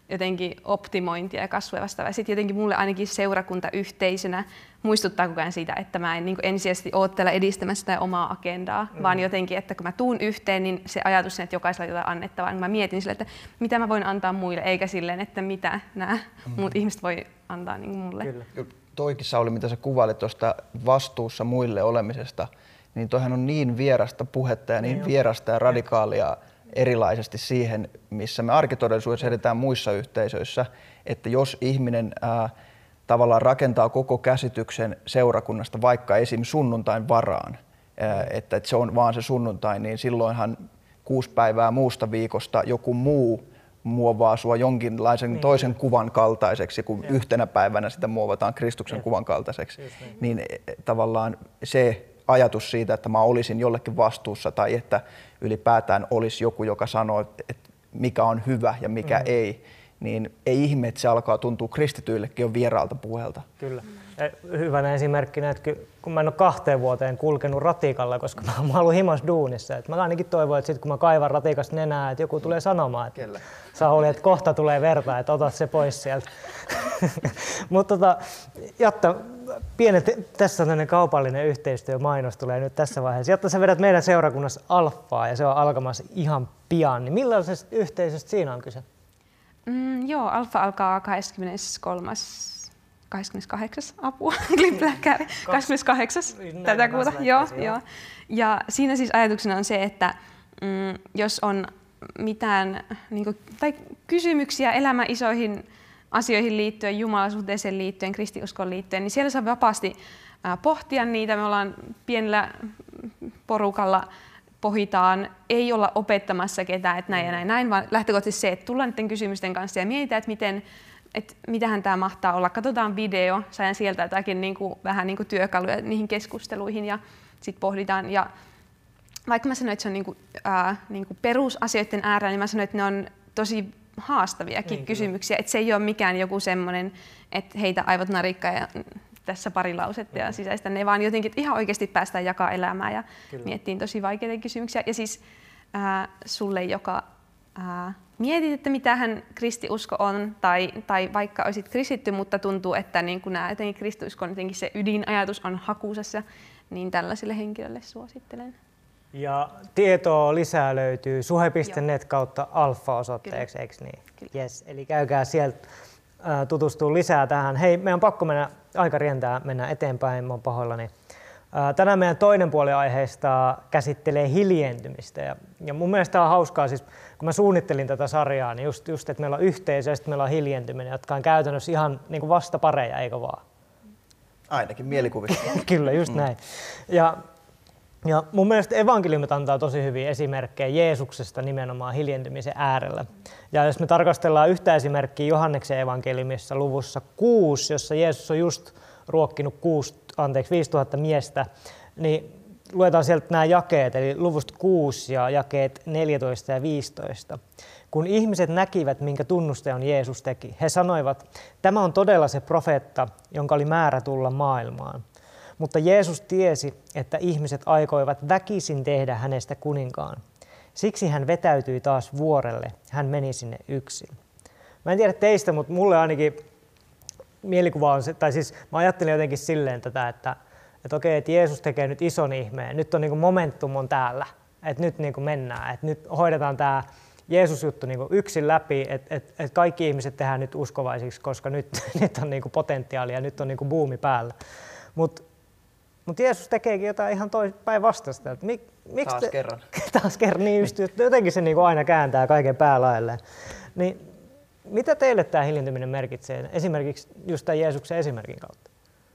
jotenkin optimointia ja kasvua vastaavaa. Sitten jotenkin mulle ainakin seurakunta yhteisönä muistuttaa koko ajan siitä, että mä en niin ensisijaisesti ole täällä edistämässä sitä omaa agendaa, mm. vaan jotenkin, että kun mä tuun yhteen, niin se ajatus, että jokaisella on jotain annettavaa, niin mä mietin sille, että mitä mä voin antaa muille, eikä silleen, että mitä nämä mm. muut ihmiset voi antaa niin mulle. Kyllä. Toikin Sauli, mitä sä kuvailit tuosta vastuussa muille olemisesta, niin toihan on niin vierasta puhetta ja niin, niin vierasta ja radikaalia erilaisesti siihen, missä me arkitodellisuudessa edetään muissa yhteisöissä, että jos ihminen ää, tavallaan rakentaa koko käsityksen seurakunnasta vaikka esim. Sunnuntain varaan, ää, että, että se on vaan se sunnuntai, niin silloinhan kuusi päivää muusta viikosta joku muu muovaa sua jonkinlaisen niin. toisen kuvan kaltaiseksi, kun ja. yhtenä päivänä sitä muovataan Kristuksen ja. kuvan kaltaiseksi. Niin. niin tavallaan se ajatus siitä, että mä olisin jollekin vastuussa tai että ylipäätään olisi joku, joka sanoo, että mikä on hyvä ja mikä mm. ei, niin ei ihme, että se alkaa tuntua kristityillekin jo vieraalta puheelta. Kyllä. Hyvänä esimerkkinä, että kun mä en ole kahteen vuoteen kulkenut ratikalla, koska mä oon ollut himas duunissa. Että mä ainakin toivon, että sit kun mä kaivan ratikasta nenää, että joku tulee sanomaan, että Kelle? Sauli, että kohta tulee verta, että ota se pois sieltä. Mutta tota, Jatta, pienet, tässä on kaupallinen yhteistyömainos tulee nyt tässä vaiheessa. Jatta, sä vedät meidän seurakunnassa Alfaa ja se on alkamassa ihan pian. Niin millaisesta yhteisöstä siinä on kyse? Mm, joo, Alfa alkaa kahdeskymmeneskolmas kahdeskymmeneskahdeksas apua, klippläkkäri, kahdeskymmeneskahdeksas tätä kuuta. Joo, joo. Ja siinä siis ajatuksena on se, että mm, jos on mitään niin kuin, tai kysymyksiä elämän isoihin asioihin liittyen, jumalasuhteeseen liittyen, kristiuskoon liittyen, niin siellä saa vapaasti ää, pohtia niitä. Me ollaan pienellä porukalla, pohditaan, ei olla opettamassa ketään, että näin ja näin, näin, vaan lähtökohtaisesti se, että tullaan niiden kysymysten kanssa ja mietitään, että miten että mitähän tämä mahtaa olla. Katsotaan video, saadaan sieltä jotakin niin kuin, vähän niin kuin työkaluja niihin keskusteluihin ja sitten pohditaan. Ja vaikka mä sanoin, että se on niin kuin, ää, niin kuin perusasioiden äärellä, niin mä sanoin, että ne on tosi haastaviakin niin, kysymyksiä. Että se ei ole mikään joku semmoinen, että heitä aivot narikkaa ja tässä pari lausetta ja sisäistä. Ne vaan jotenkin, että ihan oikeasti päästään jakaa elämää ja Kyllä. miettiin tosi vaikeita kysymyksiä. Ja siis ää, sulle, joka ää, mietit, että mitähän kristiusko on, tai, tai vaikka olisit kristitty, mutta tuntuu, että niin kun nämä jotenkin kristiuskon jotenkin se ydinajatus on hakusessa, niin tällaiselle henkilölle suosittelen. Ja tietoa lisää löytyy suhe piste net kautta alfa-osoitteeksi, eikö niin? Yes. Eli käykää sieltä ää, tutustua lisää tähän. Hei, meidän on pakko mennä, aika rientää mennä eteenpäin, mä oon pahoillani. Ää, tänään meidän toinen puoli aiheesta käsittelee hiljentymistä. Ja, ja mun mielestä on hauskaa, siis, kun mä suunnittelin tätä sarjaa, niin just, just että meillä on yhteisö ja sitten meillä on hiljentyminen, jotka on käytännössä ihan niin kuin vastapareja, eikö vaan? Ainakin mielikuvissa. Kyllä, just näin. Ja, ja mun mielestä evankeliumit antaa tosi hyviä esimerkkejä Jeesuksesta nimenomaan hiljentymisen äärellä. Ja jos me tarkastellaan yhtä esimerkkiä Johanneksen evankeliumissa luvussa kuusi, jossa Jeesus on just ruokkinut kuusi, anteeksi, viisituhatta miestä, niin luetaan sieltä nämä jakeet, eli luvusta kuusi ja jakeet neljätoista ja viisitoista. Kun ihmiset näkivät, minkä tunnustajan Jeesus teki, he sanoivat, tämä on todella se profeetta, jonka oli määrä tulla maailmaan. Mutta Jeesus tiesi, että ihmiset aikoivat väkisin tehdä hänestä kuninkaan. Siksi hän vetäytyi taas vuorelle, hän meni sinne yksin. Mä en tiedä teistä, mutta mulle ainakin mielikuva on se, tai siis mä ajattelin jotenkin silleen tätä, että että okei, että Jeesus tekee nyt ison ihmeen, nyt on niin kuin momentum on täällä, että nyt niin kuin mennään, että nyt hoidetaan tämä Jeesus-juttu niin kuin yksin läpi, että, että, että kaikki ihmiset tehdään nyt uskovaisiksi, koska nyt, nyt on niin kuin potentiaalia ja nyt on niin kuin buumi päällä. Mutta mut Jeesus tekeekin jotain ihan päinvastaista. Mik, taas te, kerran. Taas kerran, niin just, jotenkin se niin kuin aina kääntää kaiken päälailleen. Niin, mitä teille tämä hiljentyminen merkitsee, esimerkiksi just tämän Jeesuksen esimerkin kautta?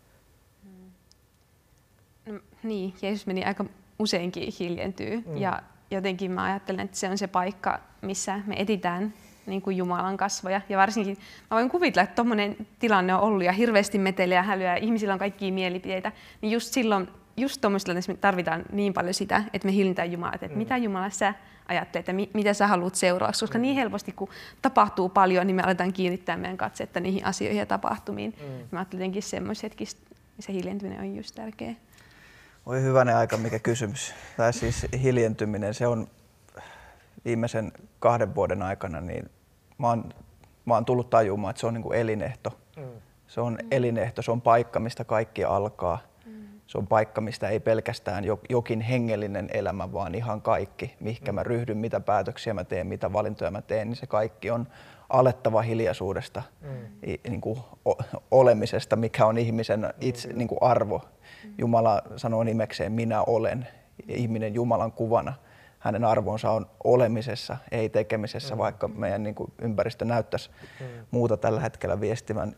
No, niin, Jeesus meni aika useinkin hiljentyy mm. ja jotenkin mä ajattelen, että se on se paikka, missä me etsitään niin kuin Jumalan kasvoja. Ja varsinkin mä voin kuvitella, että tuommoinen tilanne on ollut ja hirveästi meteliä ja hälyä ja ihmisillä on kaikkia mielipiteitä, niin just silloin, just tuommoisessa tilanteessa me tarvitaan niin paljon sitä, että me hiljentään Jumalaa, että mm. mitä Jumala sä ajattelet ja mi- mitä sä haluat seuraavaksi, koska mm. niin helposti kun tapahtuu paljon, niin me aletaan kiinnittää meidän katsetta niihin asioihin ja tapahtumiin. Mm. Mä ajattelen jotenkin semmoisessa hetkessä, se hiljentyminen on just tärkeä. Oi hyvänen aika, mikä kysymys. Tai siis hiljentyminen, se on viimeisen kahden vuoden aikana, niin mä oon mä oon tullut tajumaan, että se on niin kuin elinehto. Mm. Se on mm. elinehto, se on paikka, mistä kaikki alkaa. Mm. Se on paikka, mistä ei pelkästään jokin hengellinen elämä, vaan ihan kaikki, mihinkä mm. mä ryhdyn, mitä päätöksiä mä teen, mitä valintoja mä teen, niin se kaikki on alettava hiljaisuudesta, mm. niin kuin olemisesta, mikä on ihmisen itse, niin kuin arvo. Mm. Jumala sanoo nimekseen minä olen, ihminen Jumalan kuvana. Hänen arvonsa on olemisessa, ei tekemisessä, mm. vaikka meidän niin kuin ympäristö näyttäisi mm. muuta tällä hetkellä viestivän.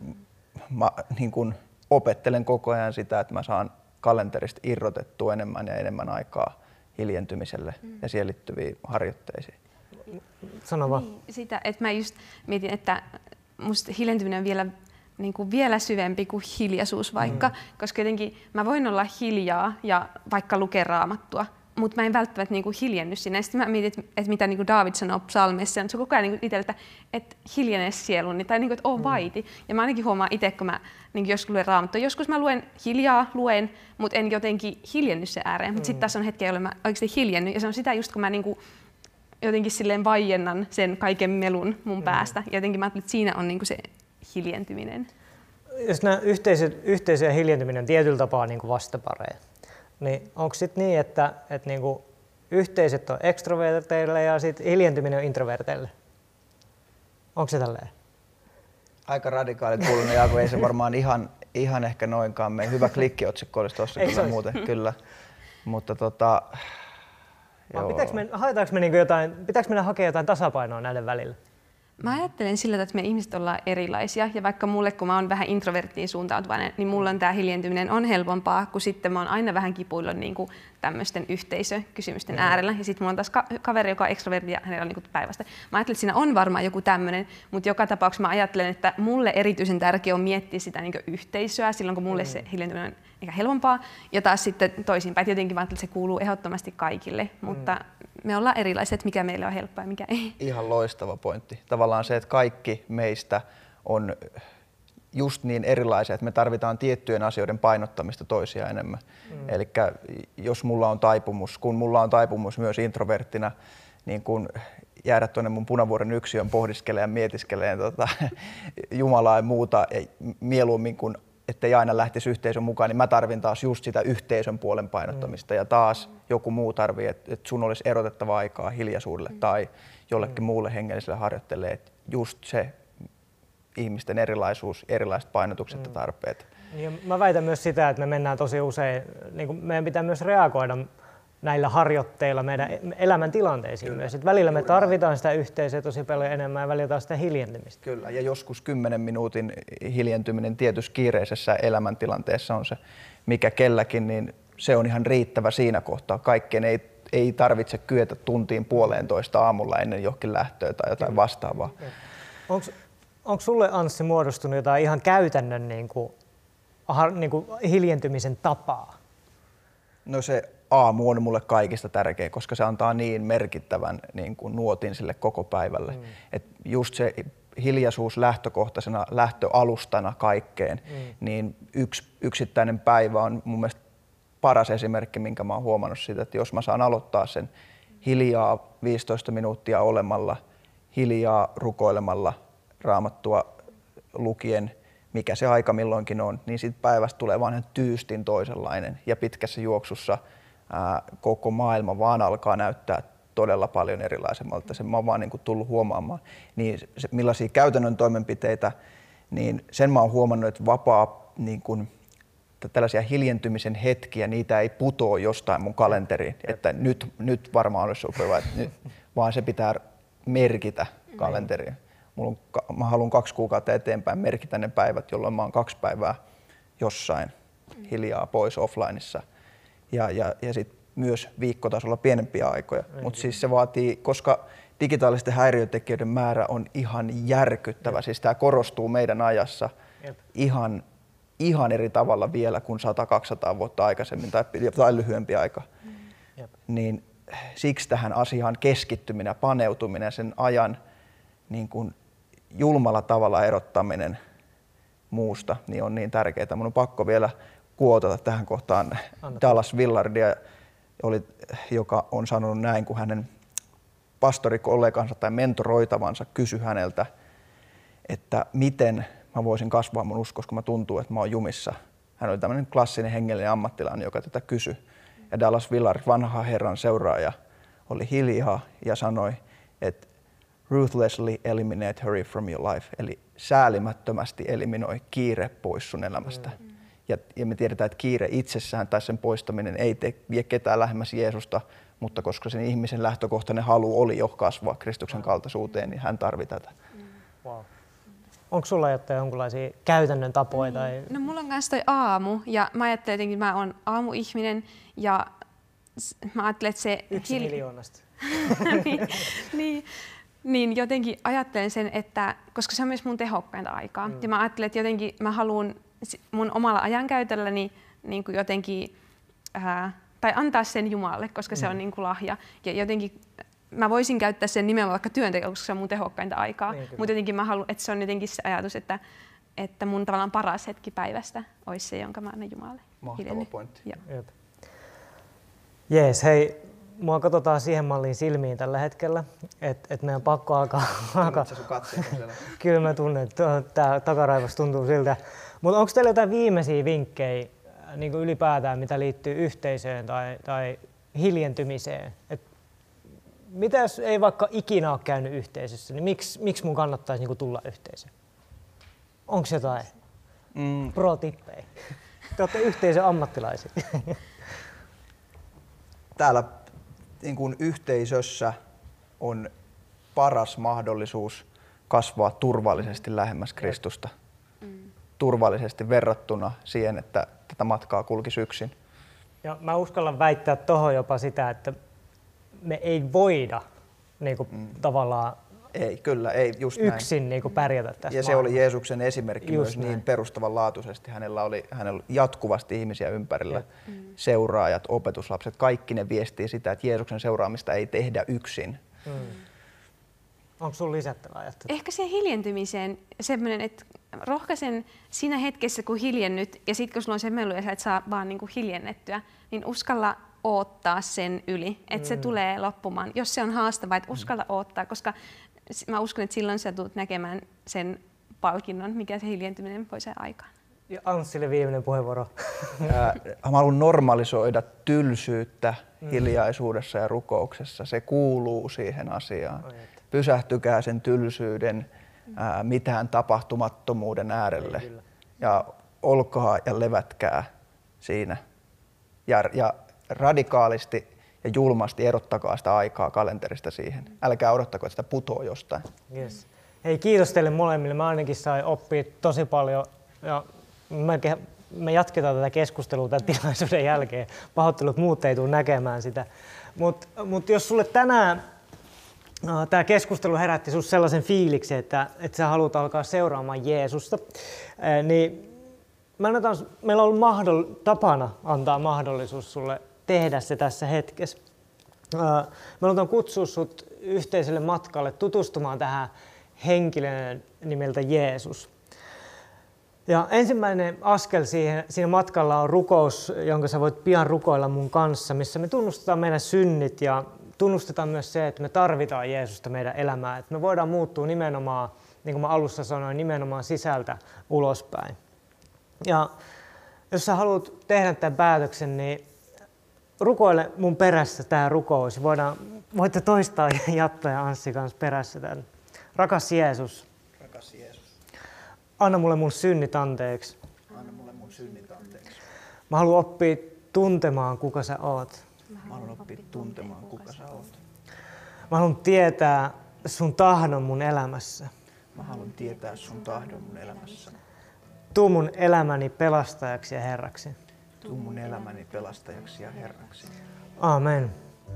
Mä niin kuin opettelen koko ajan sitä, että mä saan kalenterista irrotettua enemmän ja enemmän aikaa hiljentymiselle mm. ja siihen liittyviin harjoitteisiin. Sano vaan. Niin, sitä, että mä just mietin, että musta hiljentyminen on vielä, niin kuin vielä syvempi kuin hiljaisuus vaikka, mm. koska jotenkin mä voin olla hiljaa ja vaikka lukea Raamattua, mutta mä en välttämättä niinku hiljenny sinne. Sitten mä mietin, että et mitä niinku Daavid sanoo psalmissa, se on koko ajan niinku itsellä, että hiljene sieluni tai niinku, että oo vaiti. Ja mä ainakin huomaan itse, kun mä niinku joskus luen Raamattua. Joskus mä luen hiljaa, luen, mutta en jotenkin hiljenny se ääreen. Mutta sitten taas on hetkiä, jolloin mä oikeasti hiljenny. Ja se on sitä just, kun mä niinku jotenkin silleen vaiennan sen kaiken melun mun mm. päästä. Ja jotenkin mä ajattelin, että siinä on niinku se hiljentyminen. Jos nämä yhteisö, yhteisö ja hiljentyminen tietyllä tapaa niin kuin vastapareja, niin onko sitten niin, että, että niinku yhteisöt on extroverteille ja sit hiljentyminen on introverteille? Onko se tälleen? Aika radikaalit kuulunut, Jaako, ei se varmaan ihan, ihan ehkä noinkaan mene. Hyvä klikkiotsikko olisi tuossa kyllä muuten, kyllä. Mutta tota, pitääkö me, me niinku jotain, pitääkö meidän hakea jotain tasapainoa näiden välillä? Mä ajattelen sillä, että me ihmiset ollaan erilaisia ja vaikka mulle, kun mä oon vähän introverttiin suuntautuvainen, niin mulla on tää hiljentyminen on helpompaa, kun sitten mä oon aina vähän kipuillut niin kuin tämmöisten yhteisökysymysten mm-hmm. äärellä. Ja sitten mulla on taas ka- kaveri, joka on extrovertti ja hänellä on niin kuin päivästä. Mä ajattelen, että siinä on varmaan joku tämmöinen, mutta joka tapauksessa mä ajattelen, että mulle erityisen tärkeää on miettiä sitä niin kuin yhteisöä silloin, kun mulle mm-hmm. se hiljentyminen on ehkä helpompaa. Ja taas sitten toisinpäin, jotenkin mä ajattelen, että se kuuluu ehdottomasti kaikille, mutta mm-hmm. me ollaan erilaisia, että mikä meille on helppoa ja mikä ei. Ihan loistava pointti. Tavallaan se, että kaikki meistä on just niin erilaisia, että me tarvitaan tiettyjen asioiden painottamista toisia enemmän. Mm. Eli jos mulla on taipumus, kun mulla on taipumus myös introverttina, niin kun jäädä tuonne mun Punavuoren yksiön pohdiskelemaan ja mietiskeleen tota, Jumalaa ja muuta, ja mieluummin kuin ettei aina lähtisi yhteisön mukaan, niin mä tarvin taas just sitä yhteisön puolen painottamista. Mm. Ja taas joku muu tarvii, että et sun olisi erotettava aikaa hiljaisuudelle mm. tai jollekin mm. muulle hengelliselle harjoitteelle. Että just se ihmisten erilaisuus, erilaiset painotukset mm. ja tarpeet. Ja mä väitän myös sitä, että me mennään tosi usein, niin kuin meidän pitää myös reagoida näillä harjoitteilla meidän elämäntilanteisiin Kyllä. myös. Et välillä me tarvitaan sitä yhteisöä tosi paljon enemmän ja välillä taas sitä hiljentymistä. Kyllä, ja joskus kymmenen minuutin hiljentyminen tietyssä kiireisessä elämäntilanteessa on se, mikä kelläkin, niin se on ihan riittävä siinä kohtaa. Kaikkeen ei, ei tarvitse kyetä tuntiin puoleentoista aamulla ennen johonkin lähtöä tai jotain Kyllä. vastaavaa. Onko sulle, Anssi, muodostunut jotain ihan käytännön niin kuin, niin kuin hiljentymisen tapaa? No se aamu on mulle kaikista tärkein, koska se antaa niin merkittävän niin kuin nuotin sille koko päivälle. Mm. Et just se hiljaisuus lähtökohtaisena, lähtöalustana kaikkeen, mm. niin yksi yksittäinen päivä on mun mielestä paras esimerkki, minkä mä oon huomannut siitä, että jos mä saan aloittaa sen hiljaa viisitoista minuuttia olemalla, hiljaa rukoilemalla, Raamattua lukien, mikä se aika milloinkin on, niin siitä päivästä tulee vaan tyystin toisenlainen ja pitkässä juoksussa ää, koko maailma vaan alkaa näyttää todella paljon erilaisemmalta. Sen mä oon vaan niin kuin tullut huomaamaan. Niin se, millaisia käytännön toimenpiteitä, niin sen mä oon huomannut, että vapaa niin kuin, tällaisia hiljentymisen hetkiä, niitä ei putoa jostain mun kalenteriin, että nyt, nyt varmaan olisi sopiva, että nyt, vaan se pitää merkitä kalenteriin. Mulla on, mä haluan kaksi kuukautta eteenpäin merkitä ne päivät, jolloin mä oon kaksi päivää jossain hiljaa pois offlineissa. Ja, ja, ja sitten myös viikkotasolla pienempiä aikoja. Mutta siis se vaatii, koska digitaalisten häiriötekijöiden määrä on ihan järkyttävä. Jep. Siis tämä korostuu meidän ajassa ihan, ihan eri tavalla vielä kuin sata kaksisataa vuotta aikaisemmin tai, tai lyhyempi aika. Jep. Niin siksi tähän asiaan keskittyminen ja paneutuminen, sen ajan niin kuin julmalla tavalla erottaminen muusta niin on niin tärkeää. Mun on pakko vielä kuotata tähän kohtaan Anna. Dallas Willardia, oli, joka on sanonut näin, kun hänen pastorikollegansa tai mentoroitavansa kysyi häneltä, että miten mä voisin kasvaa mun uskossa, kun mä tuntuu, että mä oon jumissa. Hän oli tämmöinen klassinen hengellinen ammattilainen, joka tätä kysyi. Ja Dallas Willard, vanha Herran seuraaja, oli hiljaa ja sanoi, että ruthlessly eliminate hurry from your life, eli säälimättömästi eliminoi kiire pois sun elämästä. Mm. Ja, ja me tiedetään, että kiire itsessään tai sen poistaminen ei te, vie ketään lähemmäs Jeesusta, mutta koska sen ihmisen lähtökohtainen halu oli jo kasvaa Kristuksen kaltaisuuteen, niin hän tarvitsi tätä. Wow. Onko sulla jotain jonkinlaisia käytännön tapoja? Mm. Tai... No mulla on myös toi aamu, ja mä ajattelen jotenkin, että mä oon aamuihminen, ja mä ajattelen, että se... Yksi hil... miljoonasta. niin, niin, niin jotenkin ajattelen sen, että koska se on myös mun tehokkainta aikaa, mm. ja mä ajattelen, että jotenkin mä haluan mun omalla ajankäytölläni niin kuin jotenkin, ää, tai antaa sen Jumalalle, koska mm. se on niin kuin lahja, ja jotenkin mä voisin käyttää sen nimenomaan vaikka työntekoon, koska se on mun tehokkainta aikaa, niin, mutta jotenkin mä haluan, että se on jotenkin se ajatus, että, että mun tavallaan paras hetki päivästä olisi se, jonka mä annan Jumalalle. Mahtava pointti. Jees, hei, mua katsotaan siihen malliin silmiin tällä hetkellä, että et meidän pakko alkaa... alkaa. Kyllä mä tunnen, että tää takaraivos tuntuu siltä. Mutta onko teillä jotain viimeisiä vinkkejä niin kuin ylipäätään, mitä liittyy yhteisöön tai, tai hiljentymiseen? Et mitä jos ei vaikka ikinä ole käynyt yhteisössä, niin miksi, miksi mun kannattaisi niin kuin tulla yhteisöön? Onko jotain mm. pro-tippejä? Te olette yhteisön ammattilaisia. Täällä niin kuin yhteisössä on paras mahdollisuus kasvaa turvallisesti lähemmäs Kristusta. Mm. Turvallisesti verrattuna siihen, että tätä matkaa kulkisi yksin. Ja mä uskallan väittää tuohon jopa sitä, että me ei voida niin kuin, mm. tavallaan ei, kyllä, ei, just yksin niin kuin pärjätä tässä Ja maailmassa. se oli Jeesuksen esimerkki just myös näin. niin perustavanlaatuisesti. Hänellä oli, hänellä oli jatkuvasti ihmisiä ympärillä, mm. seuraajat, opetuslapset. Kaikki ne viestii sitä, että Jeesuksen seuraamista ei tehdä yksin. Mm. Onko sinulla lisättävää ajattelua? Ehkä siihen hiljentymiseen semmoinen, että rohkaisen siinä hetkessä, kun hiljennyt, ja sitten kun sulla on se melu, ja sä et saa vaan niin kuin hiljennettyä, niin uskalla odottaa sen yli, että mm. se tulee loppumaan. Jos se on haastavaa, että uskalla odottaa, koska mä uskon, että silloin sä tulet näkemään sen palkinnon, mikä se hiljentyminen voi saada aikaan. Ja Anssille viimeinen puheenvuoro. Mä haluan normalisoida tylsyyttä mm. hiljaisuudessa ja rukouksessa. Se kuuluu siihen asiaan. Pysähtykää sen tylsyyden, ää, mitään tapahtumattomuuden äärelle. Ja olkaa ja levätkää siinä. Ja, ja radikaalisti ja julmasti erottakaa sitä aikaa kalenterista siihen. Älkää odottako, että sitä putoo jostain. Yes. Hei, kiitos teille molemmille. Mä ainakin sain oppia tosi paljon. Ja me, me jatketaan tätä keskustelua tämän tilaisuuden jälkeen. Pahoittelut, muut ei tule näkemään sitä. Mutta mut jos sulle tänään no, tämä keskustelu herätti sinussa sellaisen fiiliksen, että, että sä haluat alkaa seuraamaan Jeesusta, ää, niin mä annetaan, meillä on ollut mahdoll, tapana antaa mahdollisuus sulle tehdä se tässä hetkessä. Ää, me halutaan kutsua sut yhteiselle matkalle tutustumaan tähän henkilöön nimeltä Jeesus. Ja ensimmäinen askel siihen, siinä matkalla on rukous, jonka sä voit pian rukoilla mun kanssa, missä me tunnustetaan meidän synnit ja tunnustetaan myös se, että me tarvitaan Jeesusta meidän elämään. Että me voidaan muuttua nimenomaan, niin kuin mä alussa sanoin, nimenomaan sisältä ulospäin. Ja jos sä haluat tehdä tämän päätöksen, niin rukoile mun perässä tämä rukous. Voidaan, voitte toistaa Jatta ja Anssi kanssa perässä tämän. Rakas Jeesus. Rakas Jeesus. Anna mulle mun synnit anteeksi. Anna mulle mun synnit anteeksi. Mä haluan oppia tuntemaan, kuka sä oot. Mä haluan oppia tuntemaan, kuka sä oot. Mä haluan tietää sun tahdon mun elämässä. Mä haluan tietää sun tahdon mun elämässä. Tuu mun elämäni pelastajaksi ja herraksi. Tuu mun elämäni pelastajaksi ja herraksi. Amen.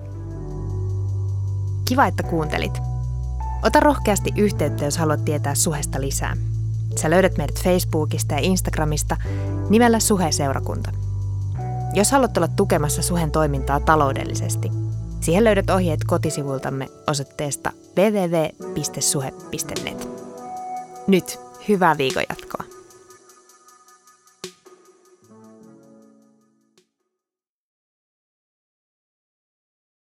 Kiva, että kuuntelit. Ota rohkeasti yhteyttä, jos haluat tietää Suhesta lisää. Sä löydät meidät Facebookista ja Instagramista nimellä Suhe-seurakunta. Jos haluat olla tukemassa Suhen toimintaa taloudellisesti, siihen löydät ohjeet kotisivultamme osoitteesta double-u double-u double-u piste suhe piste net. Nyt hyvää viikonjatkoa.